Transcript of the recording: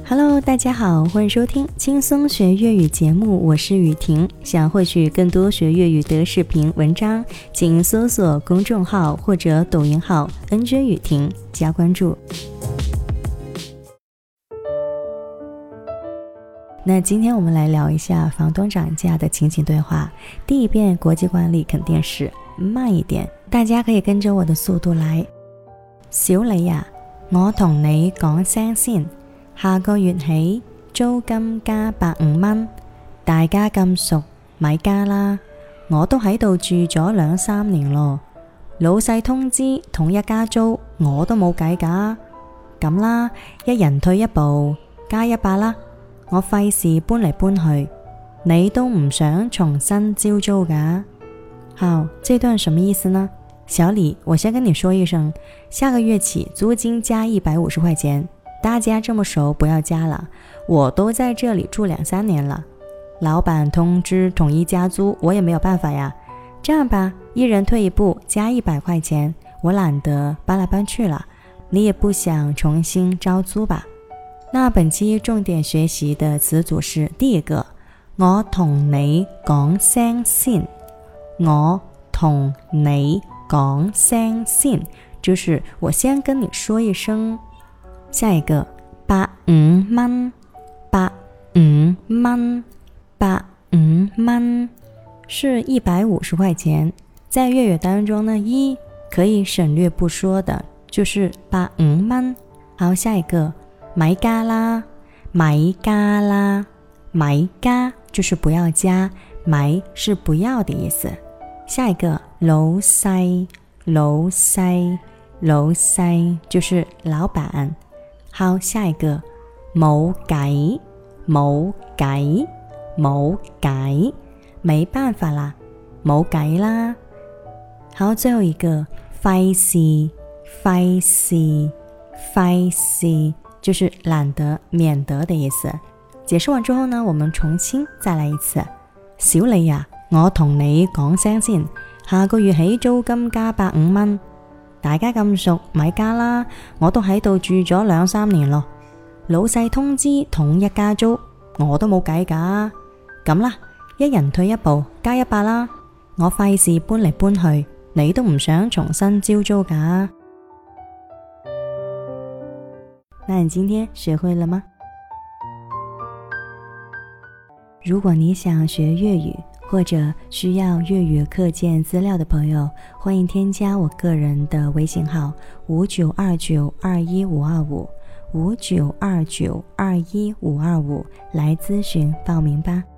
Hello， 大家好，欢迎收听轻松学粤语节目，我是雨婷。想获取更多学粤语的视频文章，请搜索公众号或者抖音号 NJ 雨婷加关注。那今天我们来聊一下房东涨价的情景对话。第一遍国际惯例肯定是慢一點，大家可以跟着我的速度來。小李啊，我同你講聲先，下個月起租金加150蚊，大家咁熟咪加啦，我都喺度住咗2-3年咯，老細通知統一加租，我都冇計㗎。咁啦，一人退一步，加100啦，我費事搬嚟搬去，你都唔想重新招租㗎。好，這段什麼意思呢？小李，我先跟你說一聲，下個月起租金加150塊錢，大家這麼熟不要加了，我都在這裡住2-3年了，老闆通知統一加租，我也沒有辦法呀。這樣吧，一人退一步，加100塊錢，我懶得搬來搬去了，你也不想重新招租吧。那本期重點學習的詞組是第一個，我同你講聲先，我同你講聲先，就是我先跟你說一聲。下一個150蚊，150蚊，150蚊是150塊錢，在粵語當中呢，一可以省略不說的，就是150蚊。好，下一個咪加啦，咪加啦，咪加就是不要加，咪是不要的意思。下一個老細，老細，老細就是老闆。好，下一個冇計，冇計，冇計，沒辦法啦，冇計啦。好，最後一個費事，費事，費事就是懶得免得的意思。解釋完之後呢，我們重新再來一次。小李啊，我同你講聲先，下個月起租金加150蚊，大家咁熟咪加啦，我都喺度住咗2-3年咯，老細通知統一加租，我都冇計㗎。咁啦，一人退一步，加100啦，我費事搬嚟搬去，你都唔想重新招租㗎。那你今天學會了嗎？如果你想學粵語或者需要粵語課件資料的朋友，歡迎添加我個人的微信號5929215525，59292155來諮詢報名吧。